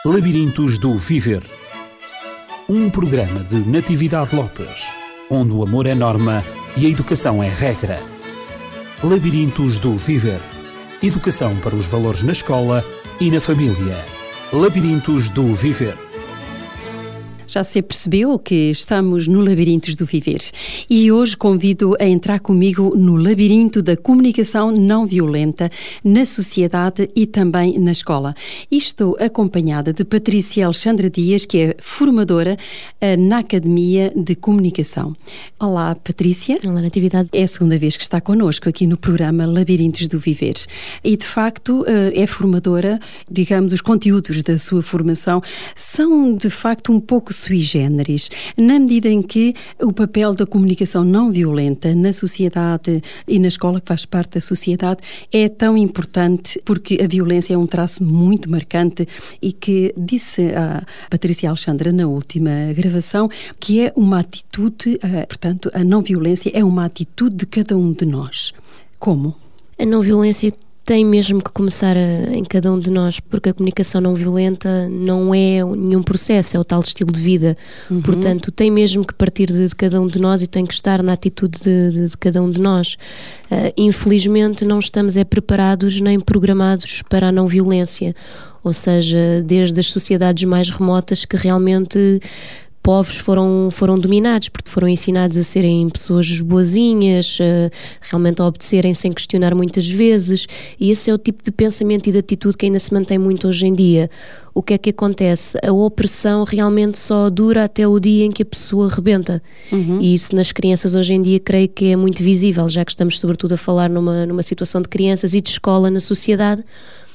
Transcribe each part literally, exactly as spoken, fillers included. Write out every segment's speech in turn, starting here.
Labirintos do Viver. Um programa de Natividade Lopes, onde o amor é norma e a educação é regra. Labirintos do Viver. Educação para os valores na escola e na família. Labirintos do Viver. Já se percebeu que estamos no Labirintos do Viver e hoje convido a entrar comigo no labirinto da comunicação não violenta na sociedade e também na escola. E estou acompanhada de Patrícia Alexandra Dias, que é formadora uh, na Academia de Comunicação. Olá, Patrícia. Olá, Natividade. É a segunda vez que está connosco aqui no programa Labirintos do Viver. E, de facto, uh, é formadora, digamos, os conteúdos da sua formação são, de facto, um pouco sui generis, na medida em que o papel da comunicação não violenta na sociedade e na escola, que faz parte da sociedade, é tão importante porque a violência é um traço muito marcante e que disse a Patrícia Alexandra na última gravação que é uma atitude, portanto, a não violência é uma atitude de cada um de nós. Como? A não violência tem mesmo que começar a, em cada um de nós, porque a comunicação não violenta não é nenhum processo, é o tal estilo de vida. Uhum. Portanto, tem mesmo que partir de, de cada um de nós e tem que estar na atitude de, de, de cada um de nós. Uh, infelizmente não estamos é preparados nem programados para a não violência, ou seja, desde as sociedades mais remotas que realmente povos foram, foram dominados, porque foram ensinados a serem pessoas boazinhas, a, realmente a obedecerem sem questionar muitas vezes, e esse é o tipo de pensamento e de atitude que ainda se mantém muito hoje em dia. O que é que acontece? A opressão realmente só dura até o dia em que a pessoa rebenta. Uhum. E isso nas crianças hoje em dia creio que é muito visível, já que estamos sobretudo a falar numa, numa situação de crianças e de escola na sociedade.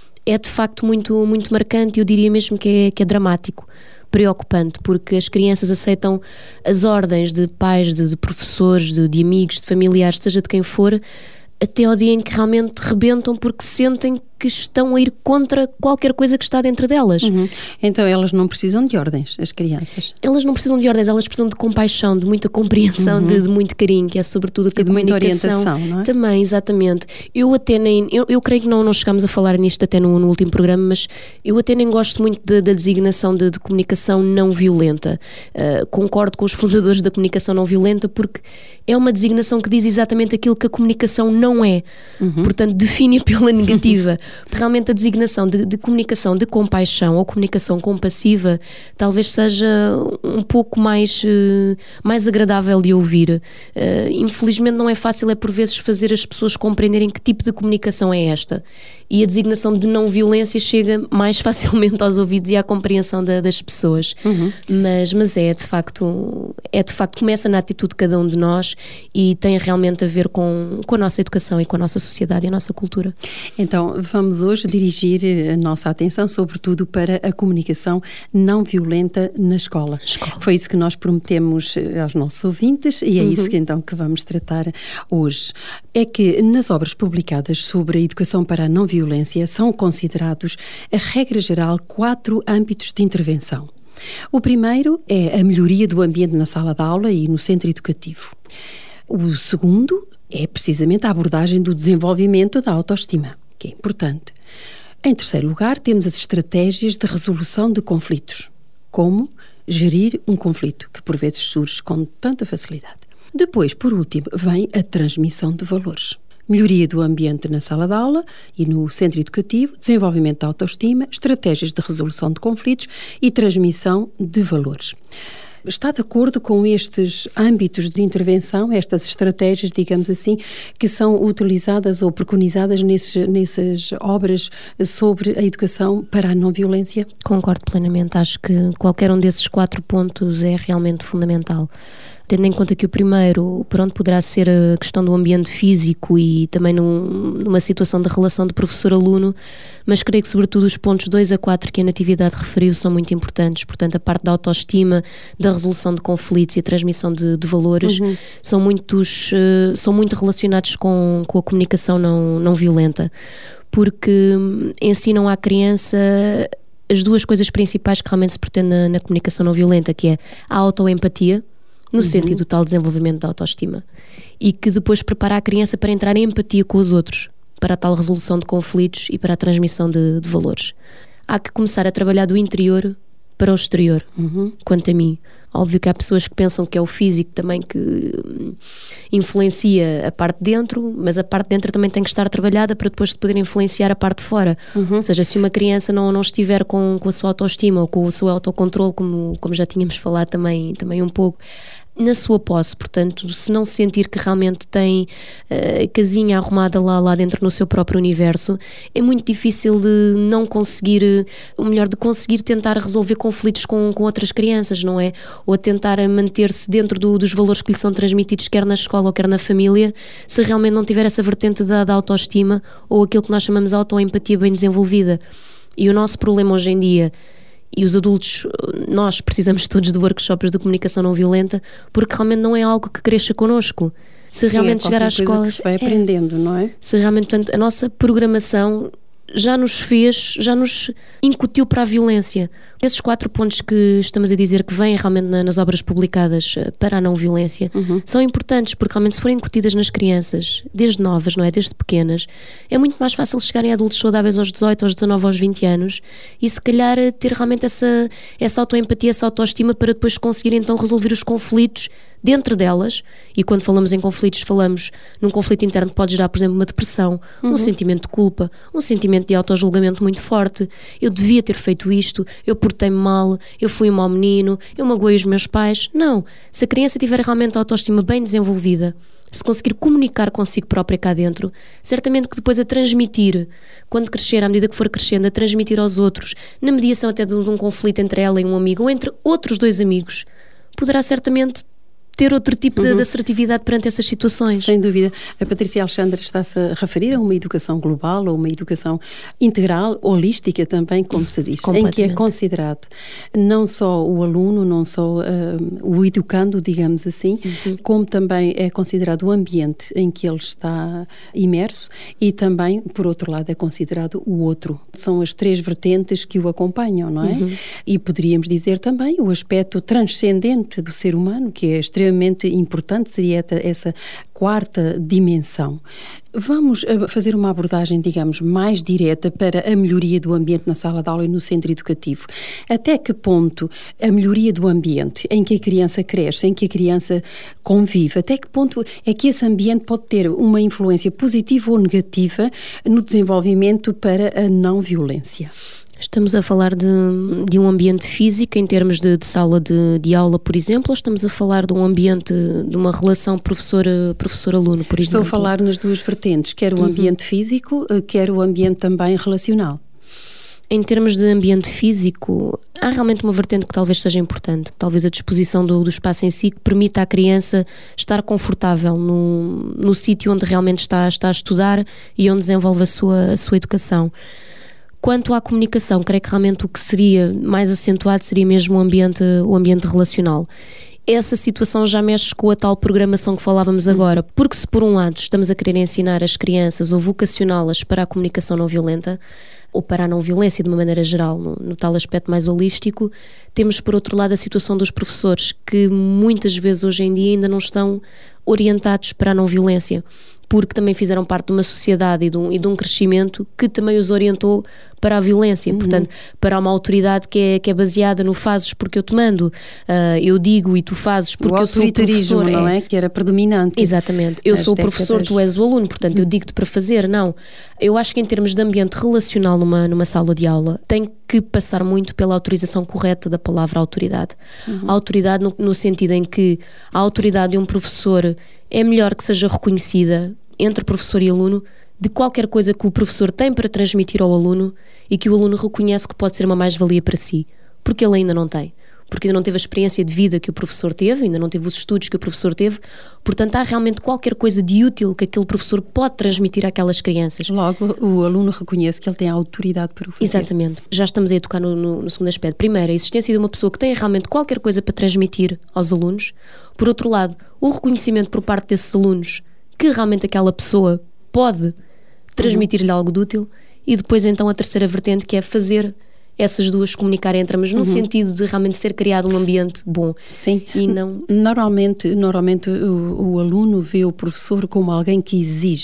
É de facto muito, muito marcante e eu diria mesmo que é, que é dramático. Preocupante, porque as crianças aceitam as ordens de pais, de, de professores, de, de amigos, de familiares, seja de quem for, até ao dia em que realmente rebentam porque sentem que estão a ir contra qualquer coisa que está dentro delas. Uhum. Então elas não precisam de ordens, as crianças? Elas não precisam de ordens, elas precisam de compaixão, de muita compreensão, uhum. de, de muito carinho, que é sobretudo que a de muita orientação, não é? Também, exatamente. Eu até nem, eu, eu creio que não, não chegámos a falar nisto até no, no último programa, mas eu até nem gosto muito de, da designação de, de comunicação não violenta. Uh, concordo com os fundadores da comunicação não violenta porque é uma designação que diz exatamente aquilo que a comunicação não é. Uhum. Portanto, define pela negativa. Realmente a designação de, de comunicação de compaixão ou comunicação compassiva talvez seja um pouco mais, uh, mais agradável de ouvir. Uh, infelizmente não é fácil, é por vezes fazer as pessoas compreenderem que tipo de comunicação é esta. E a designação de não violência chega mais facilmente aos ouvidos e à compreensão da, das pessoas. Uhum. Mas, mas é de facto, é de facto, começa na atitude de cada um de nós e tem realmente a ver com, com a nossa educação e com a nossa sociedade e a nossa cultura. Então, vamos hoje dirigir a nossa atenção sobretudo para a comunicação não violenta na escola. escola. Foi isso que nós prometemos aos nossos ouvintes e é uhum. isso que então que vamos tratar hoje. É que nas obras publicadas sobre a educação para a não violência violência são considerados, a regra geral, quatro âmbitos de intervenção. O primeiro é a melhoria do ambiente na sala de aula e no centro educativo. O segundo é precisamente a abordagem do desenvolvimento da autoestima, que é importante. Em terceiro lugar, temos as estratégias de resolução de conflitos, como gerir um conflito, que por vezes surge com tanta facilidade. Depois, por último, vem a transmissão de valores. Melhoria do ambiente na sala de aula e no centro educativo, desenvolvimento da autoestima, estratégias de resolução de conflitos e transmissão de valores. Está de acordo com estes âmbitos de intervenção, estas estratégias, digamos assim, que são utilizadas ou preconizadas nesses, nessas obras sobre a educação para a não violência? Concordo plenamente, acho que qualquer um desses quatro pontos é realmente fundamental. Tendo em conta que o primeiro, pronto, poderá ser a questão do ambiente físico e também num, numa situação de relação de professor-aluno, mas creio que sobretudo os pontos dois a quatro que a Natividade referiu são muito importantes. Portanto, a parte da autoestima, da resolução de conflitos e a transmissão de, de valores uhum. são, muitos, uh, são muito relacionados com, com a comunicação não, não violenta, porque ensinam à criança as duas coisas principais que realmente se pretende na, na comunicação não violenta, que é a autoempatia, no uhum. sentido do tal desenvolvimento da autoestima, e que depois prepara a criança para entrar em empatia com os outros, para a tal resolução de conflitos e para a transmissão de, de valores. há que começar a trabalhar do interior para o exterior, uhum. quanto a mim. Óbvio que há pessoas que pensam que é o físico também que hum, influencia a parte de dentro, mas a parte de dentro também tem que estar trabalhada para depois poder influenciar a parte de fora. Uhum. Ou seja, se uma criança não, não estiver com, com a sua autoestima ou com o seu autocontrole, como, como já tínhamos falado também, também um pouco, na sua posse, portanto, se não se sentir que realmente tem a uh, casinha arrumada lá, lá dentro no seu próprio universo, é muito difícil de não conseguir, ou melhor, de conseguir tentar resolver conflitos com, com outras crianças, não é? Ou a tentar manter-se dentro do, dos valores que lhe são transmitidos, quer na escola ou quer na família, se realmente não tiver essa vertente da, da autoestima ou aquilo que nós chamamos de autoempatia bem desenvolvida. E o nosso problema hoje em dia, e os adultos, nós precisamos todos de workshops de comunicação não violenta, porque realmente não é algo que cresça connosco. Se Sim, realmente é chegar às escolas, que se vai aprendendo, é, não é? Se realmente, portanto, a nossa programação já nos fez, já nos incutiu para a violência. Esses quatro pontos que estamos a dizer que vêm realmente nas obras publicadas para a não violência, uhum. são importantes, porque realmente se forem incutidas nas crianças, desde novas, não é? Desde pequenas, é muito mais fácil chegarem a adultos saudáveis aos dezoito, aos dezanove, aos vinte anos e se calhar ter realmente essa, essa autoempatia, essa autoestima para depois conseguir então resolver os conflitos dentro delas. E quando falamos em conflitos, falamos num conflito interno que pode gerar, por exemplo, uma depressão, uhum. um sentimento de culpa, um sentimento de autojulgamento muito forte. Eu devia ter feito isto, eu portei-me mal, eu fui um mau menino, eu magoei os meus pais. Não, se a criança tiver realmente a autoestima bem desenvolvida, se conseguir comunicar consigo própria cá dentro, certamente que depois a transmitir, quando crescer, à medida que for crescendo, a transmitir aos outros, na mediação até de um, de um conflito entre ela e um amigo, ou entre outros dois amigos, poderá certamente ter outro tipo uhum. de, de assertividade perante essas situações. Sem dúvida. A Patrícia Alexandre está-se a referir a uma educação global ou uma educação integral, holística também, como se diz, em que é considerado não só o aluno, não só uh, o educando, digamos assim, uhum. como também é considerado o ambiente em que ele está imerso e também, por outro lado, é considerado o outro. São as três vertentes que o acompanham, não é? Uhum. E poderíamos dizer também o aspecto transcendente do ser humano, que é extremamente extremamente importante, seria essa quarta dimensão. Vamos fazer uma abordagem, digamos, mais direta para a melhoria do ambiente na sala de aula e no centro educativo. Até que ponto a melhoria do ambiente em que a criança cresce, em que a criança convive, até que ponto é que esse ambiente pode ter uma influência positiva ou negativa no desenvolvimento para a não violência? Estamos a falar de, de um ambiente físico em termos de, de sala de, de aula, por exemplo, ou estamos a falar de um ambiente, de uma relação professor, professor-aluno, por exemplo? Estou a falar nas duas vertentes, quer o ambiente uhum. físico, quer o ambiente também relacional. Em termos de ambiente físico, há realmente uma vertente que talvez seja importante, talvez a disposição do, do espaço em si, que permita à criança estar confortável no, no sítio onde realmente está, está a estudar e onde desenvolve a sua, a sua educação. Quanto à comunicação, creio que realmente o que seria mais acentuado seria mesmo o ambiente, o ambiente relacional. Essa situação já mexe com a tal programação que falávamos agora, porque se por um lado estamos a querer ensinar as crianças ou vocacioná-las para a comunicação não violenta, ou para a não violência de uma maneira geral, no, no tal aspecto mais holístico, temos por outro lado a situação dos professores, que muitas vezes hoje em dia ainda não estão orientados para a não violência, porque também fizeram parte de uma sociedade e de um, e de um crescimento que também os orientou para a violência, uhum. portanto, para uma autoridade que é, que é baseada no fazes porque eu te mando, uh, eu digo e tu fazes porque eu sou o professor. Não é? Que era predominante. Exatamente. Eu sou o professor, tu és o aluno, portanto, uhum. eu digo-te para fazer. Não. Eu acho que em termos de ambiente relacional numa, numa sala de aula, tem que passar muito pela autorização correta da palavra autoridade. Uhum. A autoridade no, no sentido em que a autoridade de um professor é melhor que seja reconhecida entre professor e aluno de qualquer coisa que o professor tem para transmitir ao aluno e que o aluno reconhece que pode ser uma mais-valia para si, porque ele ainda não tem, porque ainda não teve a experiência de vida que o professor teve, ainda não teve os estudos que o professor teve, portanto há realmente qualquer coisa de útil que aquele professor pode transmitir àquelas crianças. Logo, o aluno reconhece que ele tem a autoridade para o fazer. Exatamente. Já estamos aí a tocar no, no, no segundo aspecto. Primeiro, a existência de uma pessoa que tem realmente qualquer coisa para transmitir aos alunos. Por outro lado, o reconhecimento por parte desses alunos que realmente aquela pessoa pode transmitir-lhe algo de útil, e depois então a terceira vertente, que é fazer essas duas comunicarem entre elas, no uhum. sentido de realmente ser criado um ambiente bom. Sim. E não... Normalmente, normalmente o, o aluno vê o professor como alguém que exige.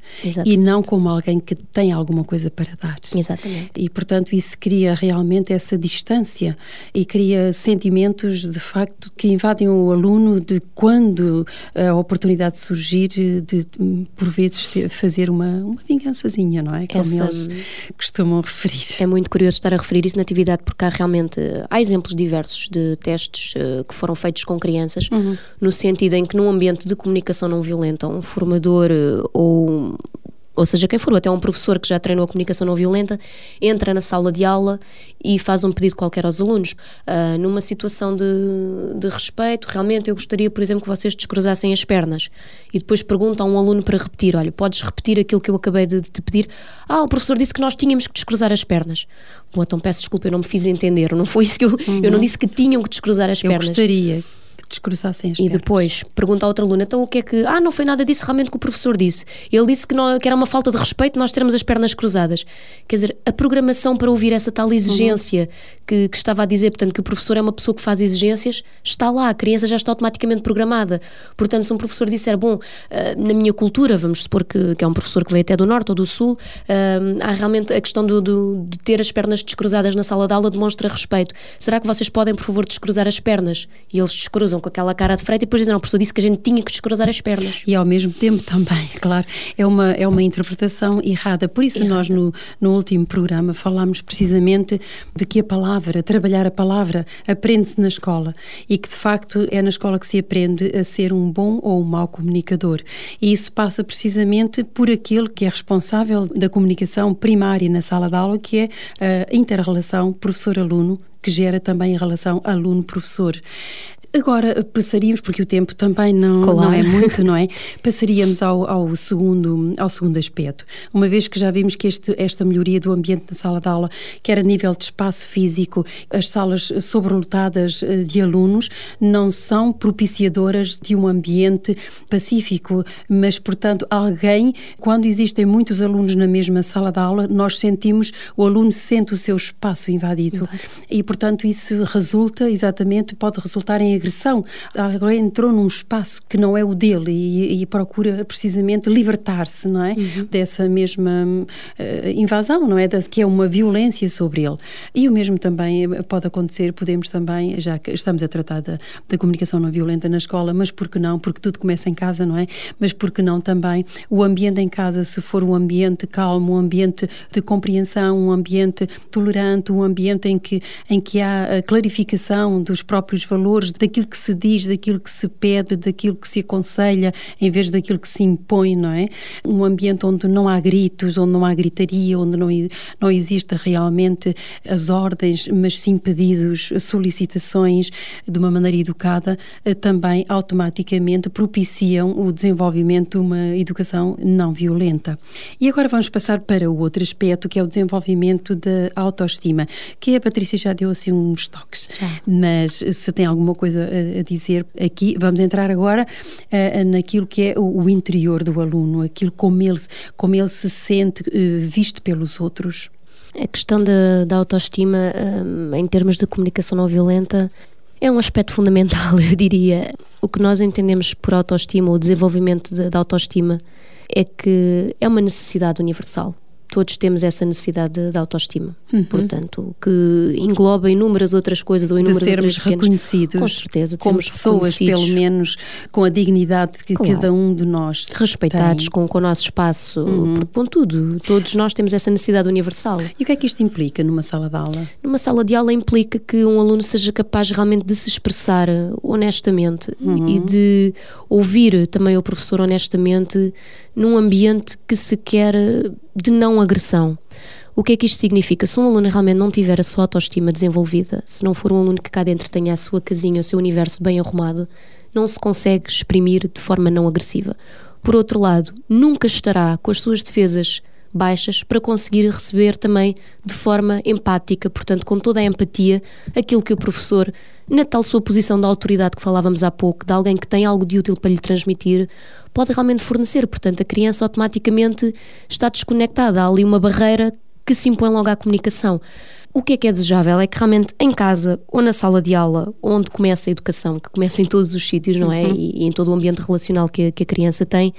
Exato. E não como alguém que tem alguma coisa para dar. Exatamente. E, portanto, isso cria realmente essa distância e cria sentimentos, de facto, que invadem o aluno de quando a oportunidade surgir de, por vezes, ter, fazer uma, uma vingançazinha, não é? Como Essa, eles costumam referir. É muito curioso estar a referir isso na atividade, porque há realmente, há exemplos diversos de testes uh, que foram feitos com crianças, uhum. no sentido em que num ambiente de comunicação não violenta, um formador uh, ou... ou seja, quem for, até um professor que já treinou a comunicação não violenta, entra na sala de aula e faz um pedido qualquer aos alunos. Uh, numa situação de, de respeito, realmente eu gostaria, por exemplo, que vocês descruzassem as pernas. E depois pergunta a um aluno para repetir, olha, podes repetir aquilo que eu acabei de te pedir? Ah, o professor disse que nós tínhamos que descruzar as pernas. Bom, então peço desculpa, eu não me fiz entender, não foi isso que eu... Uhum. Eu não disse que tinham que descruzar as eu pernas. Eu gostaria... descruzassem as e pernas. Depois pergunta a outra aluna, então o que é que... Ah, não foi nada disso realmente que o professor disse. Ele disse que, não, que era uma falta de respeito nós termos as pernas cruzadas. Quer dizer, a programação para ouvir essa tal exigência uhum. que, que estava a dizer, portanto, que o professor é uma pessoa que faz exigências, está lá, a criança já está automaticamente programada. Portanto, se um professor disser, bom, uh, na minha cultura, vamos supor que, que é um professor que veio até do Norte ou do Sul, uh, há realmente a questão do, do, de ter as pernas descruzadas na sala de aula demonstra respeito. Será que vocês podem, por favor, descruzar as pernas? E eles descruzam com aquela cara de freita e depois dizem, não, o professor disse que a gente tinha que descruzar as pernas. E ao mesmo tempo também, claro, é uma, é uma interpretação errada. Por isso errada. Nós no, no último programa falámos precisamente de que a palavra, trabalhar a palavra, aprende-se na escola e que de facto é na escola que se aprende a ser um bom ou um mau comunicador. E isso passa precisamente por aquele que é responsável da comunicação primária na sala de aula, que é a inter-relação professor-aluno, que gera também a relação aluno-professor. Agora passaríamos, porque o tempo também não, claro. não é muito, não é? Passaríamos ao, ao, segundo, ao segundo aspecto. Uma vez que já vimos que este, esta melhoria do ambiente na sala de aula, quer a nível de espaço físico, as salas sobrelotadas de alunos, não são propiciadoras de um ambiente pacífico, mas, portanto, alguém, quando existem muitos alunos na mesma sala de aula, nós sentimos, o aluno sente o seu espaço invadido. Claro. E, portanto, isso resulta, exatamente, pode resultar em agressão. Alguém entrou num espaço que não é o dele e, e procura precisamente libertar-se, não é? Uhum. Dessa mesma uh, invasão, não é? Da, que é uma violência sobre ele. E o mesmo também pode acontecer, podemos também, já que estamos a tratar da, da comunicação não violenta na escola, mas por que não? Porque tudo começa em casa, não é? Mas por que não também o ambiente em casa, se for um ambiente calmo, um ambiente de compreensão, um ambiente tolerante, um ambiente em que, em que há a clarificação dos próprios valores, daquilo que se diz, daquilo que se pede, daquilo que se aconselha, em vez daquilo que se impõe, não é? Um ambiente onde não há gritos, onde não há gritaria, onde não, não existe realmente as ordens, mas sim pedidos, solicitações de uma maneira educada, também automaticamente propiciam o desenvolvimento de uma educação não violenta. E agora vamos passar para o outro aspecto, que é o desenvolvimento da autoestima, que a Patrícia já deu assim uns toques, já. Mas se tem alguma coisa a dizer aqui, vamos entrar agora uh, naquilo que é o, o interior do aluno, aquilo como ele, como ele se sente uh, visto pelos outros. A questão da, da autoestima, um, em termos de comunicação não violenta, é um aspecto fundamental, eu diria. O que nós entendemos por autoestima, o desenvolvimento da de, de autoestima, é que é uma necessidade universal. Todos temos essa necessidade de, de autoestima, uhum. portanto, que engloba inúmeras outras coisas ou inúmeras de sermos outras reconhecidos, com certeza, de como pessoas, pelo menos com a dignidade que claro. Cada um de nós respeitados tem. Com, com o nosso espaço, uhum. com tudo, todos nós temos essa necessidade universal. E o que é que isto implica numa sala de aula? Numa sala de aula implica que um aluno seja capaz realmente de se expressar honestamente uhum. e de ouvir também o professor honestamente num ambiente que se quer de não agressão. O que é que isto significa? Se um aluno realmente não tiver a sua autoestima desenvolvida, se não for um aluno que cá dentro tenha a sua casinha, o seu universo bem arrumado, não se consegue exprimir de forma não agressiva. Por outro lado, nunca estará com as suas defesas baixas para conseguir receber também de forma empática, portanto com toda a empatia, aquilo que o professor, na tal sua posição de autoridade que falávamos há pouco, de alguém que tem algo de útil para lhe transmitir, pode realmente fornecer. Portanto, a criança automaticamente está desconectada. Há ali uma barreira que se impõe logo à comunicação. O que é que é desejável é que realmente em casa ou na sala de aula, onde começa a educação, que começa em todos os sítios, não é? Uhum. E, e em todo o ambiente relacional que a, que a criança tem,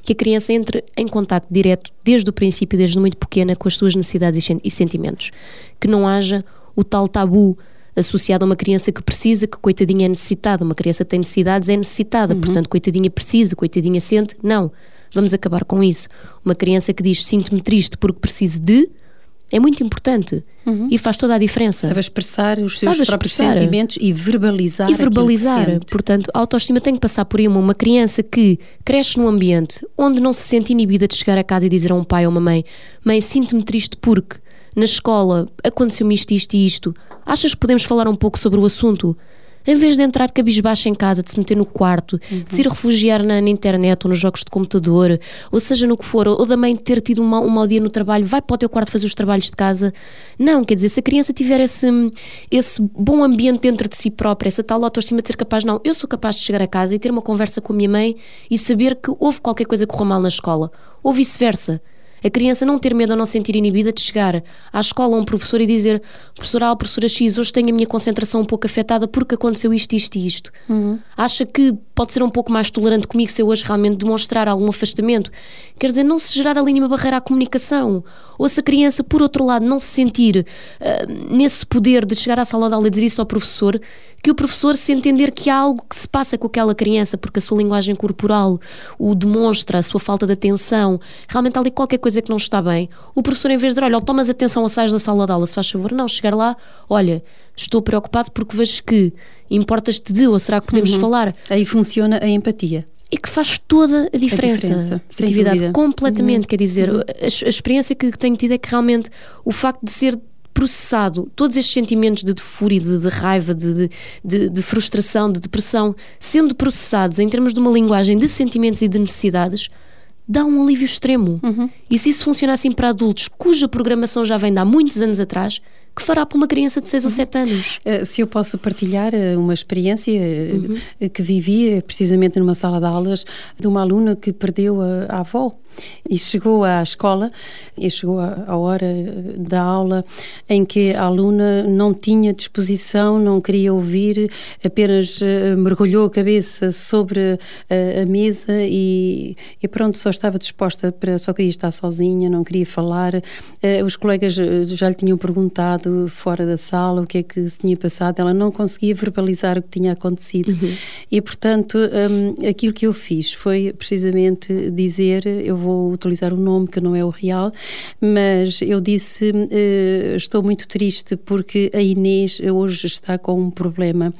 que a criança entre em contacto direto desde o princípio, desde muito pequena, com as suas necessidades e sentimentos. Que não haja o tal tabu associado a uma criança que precisa, que coitadinha é necessitada. Uma criança tem necessidades, é necessitada, uhum. portanto coitadinha precisa, coitadinha sente. Não, vamos acabar com isso. Uma criança que diz sinto-me triste porque preciso de, é muito importante uhum. e faz toda a diferença. Sabe expressar os seus Sabe próprios expressar. sentimentos e verbalizar E verbalizar, aquilo que sente. Portanto, a autoestima tem que passar por aí. Uma criança que cresce num ambiente onde não se sente inibida de chegar a casa e dizer a um pai ou uma mãe: mãe, sinto-me triste porque na escola aconteceu-me isto, isto e isto. Achas que podemos falar um pouco sobre o assunto? Em vez de entrar cabisbaixo em casa, de se meter no quarto, uhum. de se ir refugiar na, na internet ou nos jogos de computador, ou seja no que for, ou da mãe ter tido um mau, um mau dia no trabalho, vai para o teu quarto fazer os trabalhos de casa. Não, quer dizer, se a criança tiver esse, esse bom ambiente dentro de si própria, essa tal autoestima de ser capaz, não, eu sou capaz de chegar a casa e ter uma conversa com a minha mãe e saber que houve qualquer coisa que correu mal na escola, ou vice-versa. A criança não ter medo ou não sentir inibida de chegar à escola a um professor e dizer: professora A, professora X, hoje tenho a minha concentração um pouco afetada porque aconteceu isto, isto e isto. Uhum. Acha que pode ser um pouco mais tolerante comigo se eu hoje realmente demonstrar algum afastamento? Quer dizer, não se gerar ali nenhuma barreira à comunicação. Ou se a criança, por outro lado, não se sentir uh, nesse poder de chegar à sala de aula e dizer isso ao professor, que o professor se entender que há algo que se passa com aquela criança, porque a sua linguagem corporal o demonstra, a sua falta de atenção, realmente há ali qualquer coisa que não está bem. O professor, em vez de dizer: olha, tomas atenção ou sais da sala de aula, se faz favor, não, chegar lá, olha, estou preocupado porque vejo que importas-te de, ou será que podemos uhum. falar? Aí funciona a empatia. E que faz toda a diferença. A diferença atividade completamente, uhum. quer dizer, uhum. a, a experiência que tenho tido é que realmente o facto de ser processado, todos estes sentimentos de, de fúria, de, de raiva, de, de, de frustração, de depressão, sendo processados em termos de uma linguagem de sentimentos e de necessidades, dá um alívio extremo. Uhum. E se isso funciona assim para adultos, cuja programação já vem de há muitos anos atrás, que fará para uma criança de seis uhum. ou sete anos? Uh, se eu posso partilhar uh, uma experiência uh, uhum. que vivi uh, precisamente numa sala de aulas de uma aluna que perdeu a, a avó. E chegou à escola, e chegou à hora da aula em que a aluna não tinha disposição, não queria ouvir, apenas uh, mergulhou a cabeça sobre uh, a mesa e, e pronto, só estava disposta, para, só queria estar sozinha, não queria falar. Uh, os colegas já lhe tinham perguntado fora da sala o que é que se tinha passado, ela não conseguia verbalizar o que tinha acontecido. Uhum. E portanto, um, aquilo que eu fiz foi precisamente dizer, eu vou utilizar o nome que não é o real, mas eu disse, uh, estou muito triste porque a Inês hoje está com um problema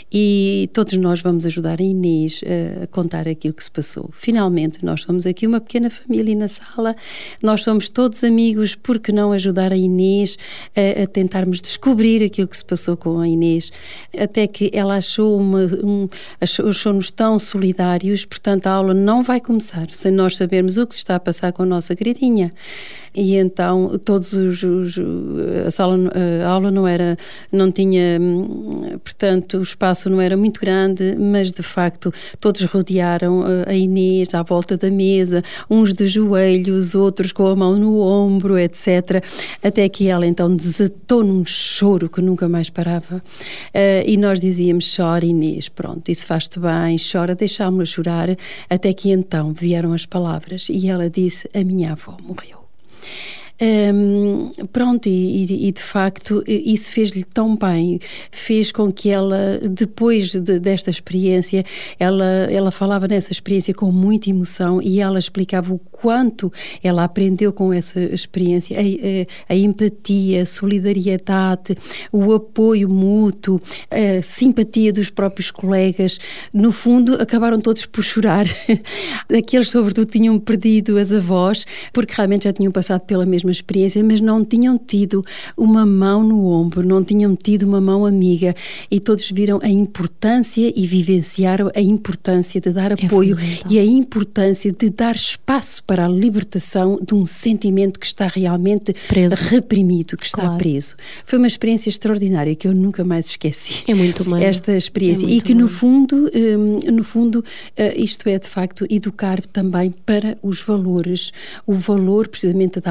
e todos nós vamos ajudar a Inês uh, a contar aquilo que se passou. Finalmente, nós somos aqui uma pequena família na sala, nós somos todos amigos, por que não ajudar a Inês a, a tentarmos descobrir aquilo que se passou com a Inês, até que ela achou uma, um, achou-nos tão solidários, portanto a aula não vai começar sem nós sabermos o que se está a passar com a nossa queridinha. E então todos os, os a, sala, a aula não era, não tinha, portanto o espaço não era muito grande, mas de facto todos rodearam a Inês à volta da mesa, uns de joelhos, outros com a mão no ombro, etcétera, até que ela então desatou num choro que nunca mais parava, uh, e nós dizíamos: chora Inês, pronto, isso faz-te bem, chora, deixámos-la chorar, até que então vieram as palavras e ela disse: a minha avó morreu. Um, pronto, e, e de facto isso fez-lhe tão bem, fez com que ela, depois de, desta experiência, ela, ela falava nessa experiência com muita emoção e ela explicava o quanto ela aprendeu com essa experiência, a, a, a empatia, a solidariedade, o apoio mútuo, a simpatia dos próprios colegas. No fundo acabaram todos por chorar. Aqueles sobretudo tinham perdido as avós porque realmente já tinham passado pela mesma experiência, mas não tinham tido uma mão no ombro, não tinham tido uma mão amiga, e todos viram a importância e vivenciaram a importância de dar apoio é e a importância de dar espaço para a libertação de um sentimento que está realmente preso, reprimido, que está claro. preso. Foi uma experiência extraordinária que eu nunca mais esqueci. É muito bom. Esta experiência. É e que bom. no fundo, um, no fundo, uh, isto é de facto educar também para os valores, o valor precisamente da amizade,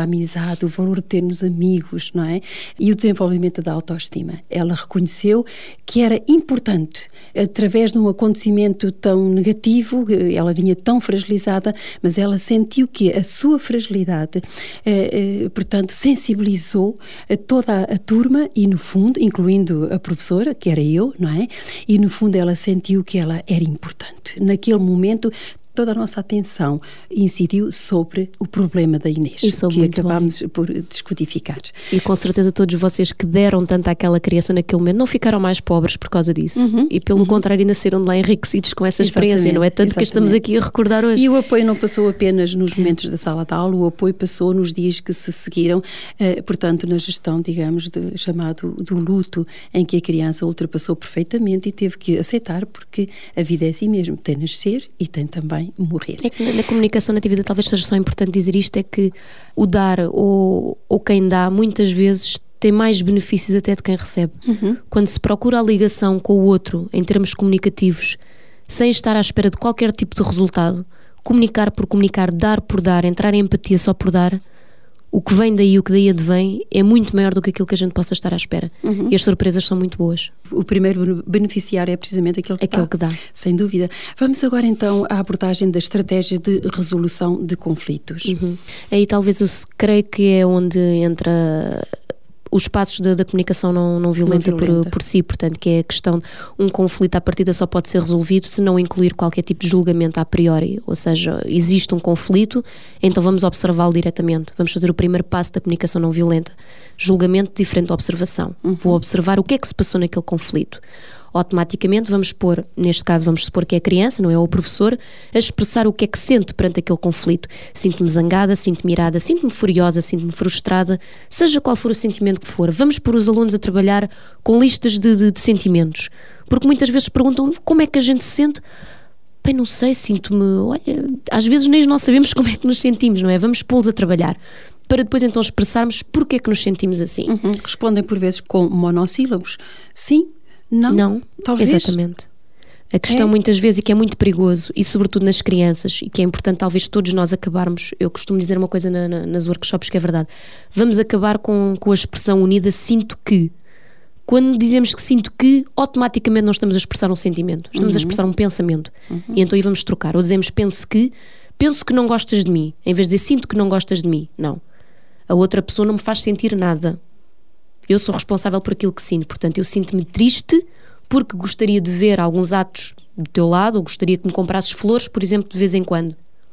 amizade, o valor de termos amigos, não é? E o desenvolvimento da autoestima. Ela reconheceu que era importante, através de um acontecimento tão negativo, ela vinha tão fragilizada, mas ela sentiu que a sua fragilidade, eh, eh, portanto, sensibilizou toda a turma e, no fundo, incluindo a professora, que era eu, não é? E, no fundo, ela sentiu que ela era importante. Naquele momento, toda a nossa atenção incidiu sobre o problema da Inês, que acabámos por descodificar. E com certeza todos vocês que deram tanto àquela criança naquele momento não ficaram mais pobres por causa disso. Uhum, e pelo uhum. contrário ainda saíram de lá enriquecidos com essa exatamente, experiência, não é? Tanto exatamente. Que estamos aqui a recordar hoje. E o apoio não passou apenas nos momentos da sala de aula, o apoio passou nos dias que se seguiram, eh, portanto na gestão, digamos, de, chamado do luto, em que a criança ultrapassou perfeitamente e teve que aceitar, porque a vida é assim mesmo, tem nascer e tem também morrer. É que na, na comunicação na atividade talvez seja só importante dizer isto, é que o dar ou, ou quem dá muitas vezes tem mais benefícios até de quem recebe. Uhum. Quando se procura a ligação com o outro em termos comunicativos, sem estar à espera de qualquer tipo de resultado, comunicar por comunicar, dar por dar, entrar em empatia só por dar, o que vem daí, o que daí advém, é muito maior do que aquilo que a gente possa estar à espera. Uhum. E as surpresas são muito boas. O primeiro beneficiário é precisamente aquele que, aquele dá, que dá. Sem dúvida. Vamos agora então à abordagem da estratégia de resolução de conflitos. Uhum. Aí talvez eu creio que é onde entra os passos da, da comunicação não, não violenta, não violenta. Por, por si, portanto, que é a questão de um conflito à partida só pode ser resolvido se não incluir qualquer tipo de julgamento a priori, ou seja, existe um conflito, então vamos observá-lo diretamente, vamos fazer o primeiro passo da comunicação não violenta, julgamento diferente de observação. Uhum. Vou observar o que é que se passou naquele conflito. Automaticamente vamos pôr, neste caso vamos supor que é a criança, não é o professor, a expressar o que é que sente perante aquele conflito. Sinto-me zangada, sinto-me irada, sinto-me furiosa, sinto-me frustrada, seja qual for o sentimento que for. Vamos pôr os alunos a trabalhar com listas de, de, de sentimentos, porque muitas vezes perguntam como é que a gente se sente. Bem, não sei, sinto-me, olha, às vezes nem nós sabemos como é que nos sentimos, não é? Vamos pô-los a trabalhar, para depois então expressarmos porque é que nos sentimos assim. Uhum. Respondem por vezes com monossílabos. Sim. Não, não, talvez. Exatamente. A questão é. muitas vezes, e que é muito perigoso, e sobretudo nas crianças, e que é importante talvez todos nós acabarmos, eu costumo dizer uma coisa na, na, nas workshops que é verdade, vamos acabar com, com a expressão unida sinto que. Quando dizemos que sinto que, automaticamente não estamos a expressar um sentimento, estamos uhum. a expressar um pensamento. Uhum. E então aí vamos trocar. Ou dizemos penso que, penso que não gostas de mim, em vez de dizer sinto que não gostas de mim. Não. A outra pessoa não me faz sentir nada. Eu sou responsável por aquilo que sinto, portanto eu sinto-me triste porque gostaria de ver alguns atos do teu lado, ou gostaria que me comprasses flores, por exemplo, de vez em quando,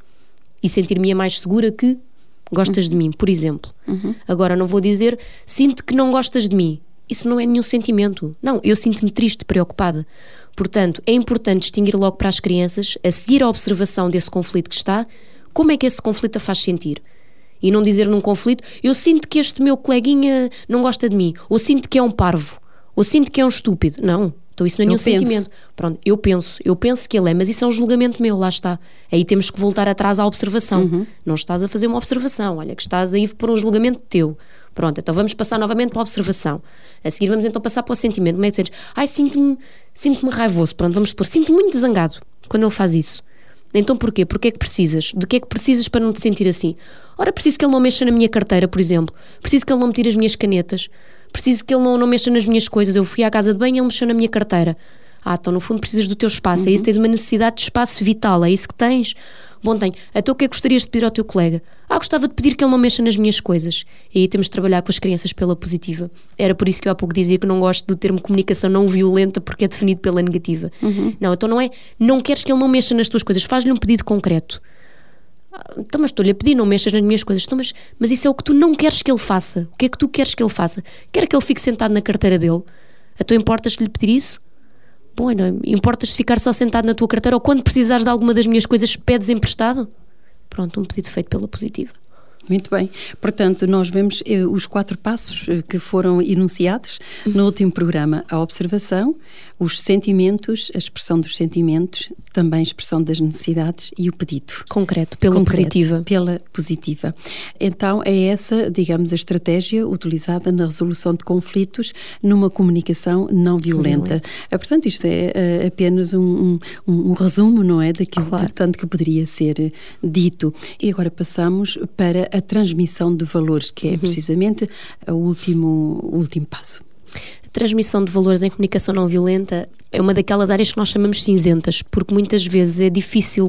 e sentir-me mais segura que gostas uhum. de mim, por exemplo. Uhum. Agora não vou dizer sinto que não gostas de mim, isso não é nenhum sentimento, não, eu sinto-me triste, preocupada. Portanto, é importante distinguir logo para as crianças, a seguir a observação desse conflito que está, como é que esse conflito a faz sentir. E não dizer num conflito, eu sinto que este meu coleguinha não gosta de mim, ou sinto que é um parvo, ou sinto que é um estúpido. Não, então isso não é nenhum sentimento. Pronto, eu penso, eu penso que ele é, mas isso é um julgamento meu, lá está. Aí temos que voltar atrás à observação. Uhum. Não estás a fazer uma observação, olha que estás aí por um julgamento teu. Pronto, então vamos passar novamente para a observação. A seguir vamos então passar para o sentimento. Como é que sentes? Ai, sinto-me, sinto-me raivoso. Pronto, vamos supor, sinto-me muito zangado quando ele faz isso. Então porquê? Porque é que precisas? De que é que precisas para não te sentir assim? Ora, preciso que ele não mexa na minha carteira, por exemplo. Preciso que ele não me tire as minhas canetas. Preciso que ele não, não mexa nas minhas coisas. Eu fui à casa de banho e ele mexeu na minha carteira. Ah, então no fundo precisas do teu espaço. Uhum. É isso, tens uma necessidade de espaço vital. É isso que tens? Bom, tenho. Então o que é que gostarias de pedir ao teu colega? Ah, gostava de pedir que ele não mexa nas minhas coisas. E aí temos de trabalhar com as crianças pela positiva. Era por isso que eu há pouco dizia que não gosto do termo comunicação não violenta, porque é definido pela negativa. Uhum. Não, então não é, não queres que ele não mexa nas tuas coisas, faz-lhe um pedido concreto. Ah, então, mas estou-lhe a pedir, não mexas nas minhas coisas. Então, mas, mas isso é o que tu não queres que ele faça. O que é que tu queres que ele faça? Quer que ele fique sentado na carteira dele? Então importas-lhe pedir isso? Bom, não, importas-te ficar só sentado na tua carteira, ou quando precisares de alguma das minhas coisas pedes emprestado? Pronto, um pedido feito pela positiva. Muito bem. Portanto, nós vemos eh, os quatro passos eh, que foram enunciados no último programa. A observação, os sentimentos, a expressão dos sentimentos, também a expressão das necessidades e o pedido. Concreto, pela Concreto, positiva. Pela positiva. Então, é essa, digamos, a estratégia utilizada na resolução de conflitos numa comunicação não violenta. Ah, portanto, isto é uh, apenas um, um, um resumo, não é? Daquilo claro. de tanto que poderia ser dito. E agora passamos para a transmissão de valores, que é uhum. precisamente o último, o último passo. A transmissão de valores em comunicação não violenta é uma daquelas áreas que nós chamamos cinzentas, porque muitas vezes é difícil,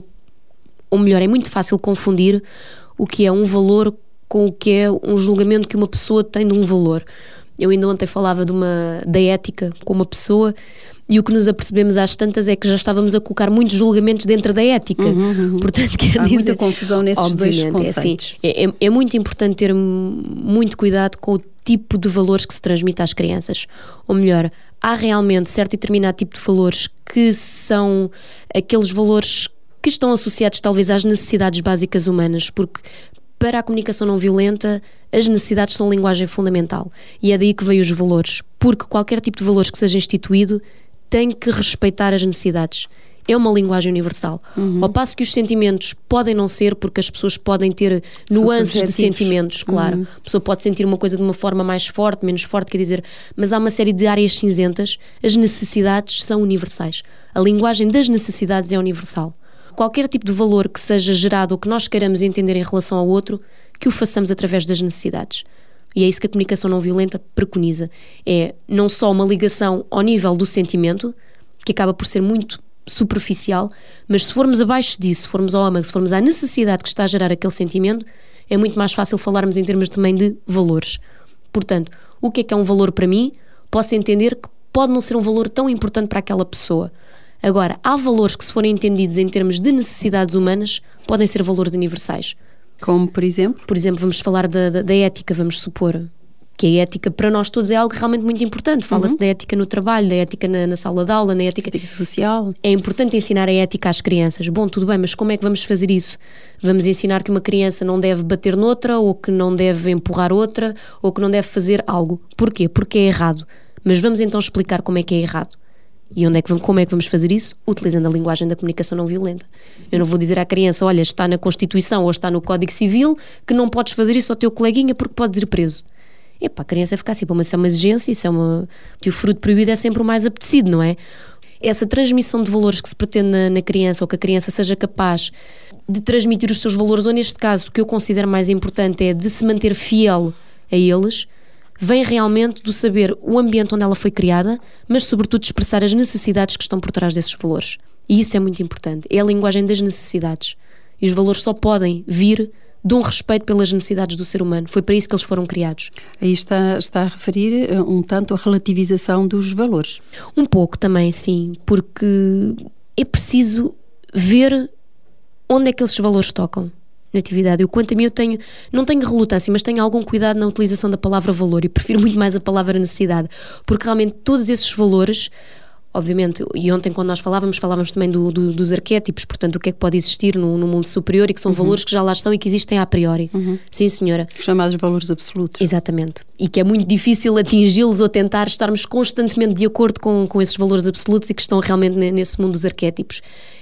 ou melhor, é muito fácil confundir o que é um valor com o que é um julgamento que uma pessoa tem de um valor. Eu ainda ontem falava de uma, da ética com uma pessoa, e o que nos apercebemos às tantas é que já estávamos a colocar muitos julgamentos dentro da ética. Uhum, uhum. Portanto, quer Há dizer, muita confusão nesses dois conceitos. É, assim, é, é muito importante ter muito cuidado com o tipo de valores que se transmite às crianças. Ou melhor, há realmente certo e determinado tipo de valores que são aqueles valores que estão associados talvez às necessidades básicas humanas, porque para a comunicação não violenta as necessidades são linguagem fundamental, e é daí que veio os valores, porque qualquer tipo de valores que seja instituído tem que respeitar as necessidades. É uma linguagem universal. Uhum. Ao passo que os sentimentos podem não ser, porque as pessoas podem ter são nuances de sentimentos, claro. Uhum. A pessoa pode sentir uma coisa de uma forma mais forte, menos forte, quer dizer, mas há uma série de áreas cinzentas. As necessidades são universais. A linguagem das necessidades é universal. Qualquer tipo de valor que seja gerado ou que nós queiramos entender em relação ao outro, que o façamos através das necessidades. E é isso que a comunicação não violenta preconiza. É não só uma ligação ao nível do sentimento, que acaba por ser muito superficial, mas se formos abaixo disso, se formos ao âmago, se formos à necessidade que está a gerar aquele sentimento, é muito mais fácil falarmos em termos também de valores. Portanto, o que é que é um valor para mim? Posso entender que pode não ser um valor tão importante para aquela pessoa. Agora, há valores que, se forem entendidos em termos de necessidades humanas, podem ser valores universais. Como, por exemplo? Por exemplo, vamos falar da, da, da ética, vamos supor que a ética para nós todos é algo realmente muito importante. Fala-se uhum. da ética no trabalho, da ética na, na sala de aula, na ética... ética social. É importante ensinar a ética às crianças. Bom, tudo bem, mas como é que vamos fazer isso? Vamos ensinar que uma criança não deve bater noutra, ou que não deve empurrar outra, ou que não deve fazer algo. Porquê? Porque é errado. Mas vamos então explicar como é que é errado. E onde é que vamos, como é que vamos fazer isso? Utilizando a linguagem da comunicação não violenta. Eu não vou dizer à criança, olha, está na Constituição ou está no Código Civil que não podes fazer isso ao teu coleguinha porque podes ir preso. Epá, a criança fica assim, mas isso é uma exigência, isso é uma... o fruto proibido é sempre o mais apetecido, não é? Essa transmissão de valores que se pretende na, na criança, ou que a criança seja capaz de transmitir os seus valores, ou neste caso, o que eu considero mais importante é de se manter fiel a eles, vem realmente do saber o ambiente onde ela foi criada, mas sobretudo de expressar as necessidades que estão por trás desses valores. E isso é muito importante. É a linguagem das necessidades. E os valores só podem vir de um respeito pelas necessidades do ser humano. Foi para isso que eles foram criados. Aí está, está a referir um tanto a relativização dos valores. Um pouco também, sim. Porque é preciso ver onde é que esses valores tocam. Na atividade. Eu, quanto a mim, eu tenho, não tenho relutância, mas tenho algum cuidado na utilização da palavra valor, e prefiro muito mais a palavra necessidade, porque realmente todos esses valores, obviamente, e ontem quando nós falávamos, falávamos também do, do, dos arquétipos, portanto, o que é que pode existir no, no mundo superior, e que são uhum. valores que já lá estão e que existem a priori. Uhum. Sim, senhora. Os chamados valores absolutos. Exatamente. E que é muito difícil atingi-los ou tentar estarmos constantemente de acordo com, com esses valores absolutos e que estão realmente nesse mundo dos arquétipos.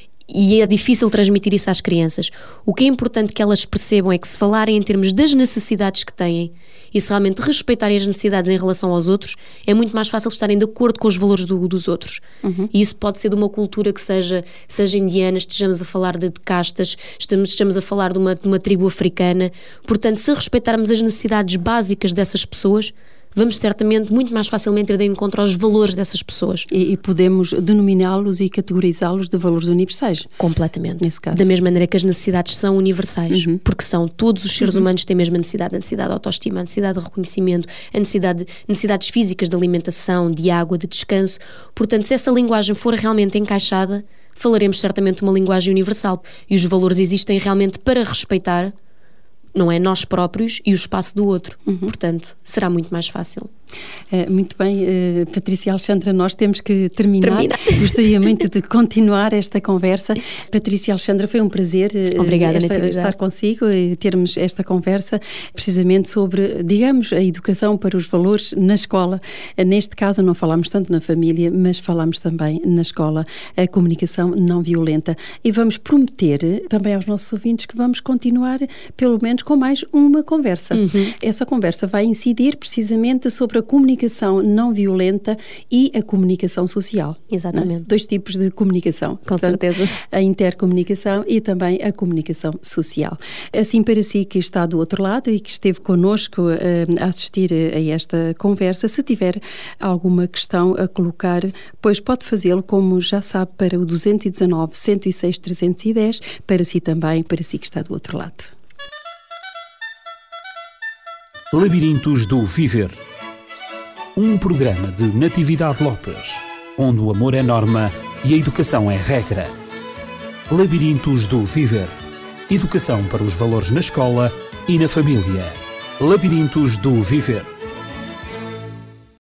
E é difícil transmitir isso às crianças. O que é importante que elas percebam é que, se falarem em termos das necessidades que têm e se realmente respeitarem as necessidades em relação aos outros, é muito mais fácil estarem de acordo com os valores do, dos outros. Uhum. E isso pode ser de uma cultura que seja, seja indiana, estejamos a falar de, de castas, estamos, estamos a falar de uma, de uma tribo africana. Portanto, se respeitarmos as necessidades básicas dessas pessoas, vamos certamente muito mais facilmente ir de encontro aos valores dessas pessoas. E, e podemos denominá-los e categorizá-los de valores universais. Completamente. Nesse caso. Da mesma maneira que as necessidades são universais, uhum. porque são, todos os seres uhum. humanos têm a mesma necessidade, a necessidade de autoestima, a necessidade de reconhecimento, a necessidade de, necessidades físicas de alimentação, de água, de descanso. Portanto, se essa linguagem for realmente encaixada, falaremos certamente uma linguagem universal. E os valores existem realmente para respeitar, não é, nós próprios e o espaço do outro. Uhum. Portanto, será muito mais fácil. Uh, muito bem, uh, Patrícia Alexandra, nós temos que terminar. Termina. Gostaria muito de continuar esta conversa. Patrícia Alexandra, foi um prazer uh, Obrigada, esta, estar consigo e termos esta conversa precisamente sobre, digamos, a educação para os valores na escola. Uh, neste caso não falamos tanto na família, mas falamos também na escola, a comunicação não violenta. E vamos prometer também aos nossos ouvintes que vamos continuar pelo menos com mais uma conversa. Uhum. Essa conversa vai incidir precisamente sobre a comunicação não violenta e a comunicação social. Exatamente. Né? Dois tipos de comunicação. Com Portanto, certeza. A intercomunicação e também a comunicação social. Assim, para si que está do outro lado e que esteve connosco uh, a assistir a esta conversa, se tiver alguma questão a colocar, pois pode fazê-lo, como já sabe, para o duzentos e dezanove, cento e seis, trezentos e dez, para si também, para si que está do outro lado. Labirintos do Viver. Um programa de Natividade Lopes, onde o amor é norma e a educação é regra. Labirintos do Viver. Educação para os valores na escola e na família. Labirintos do Viver.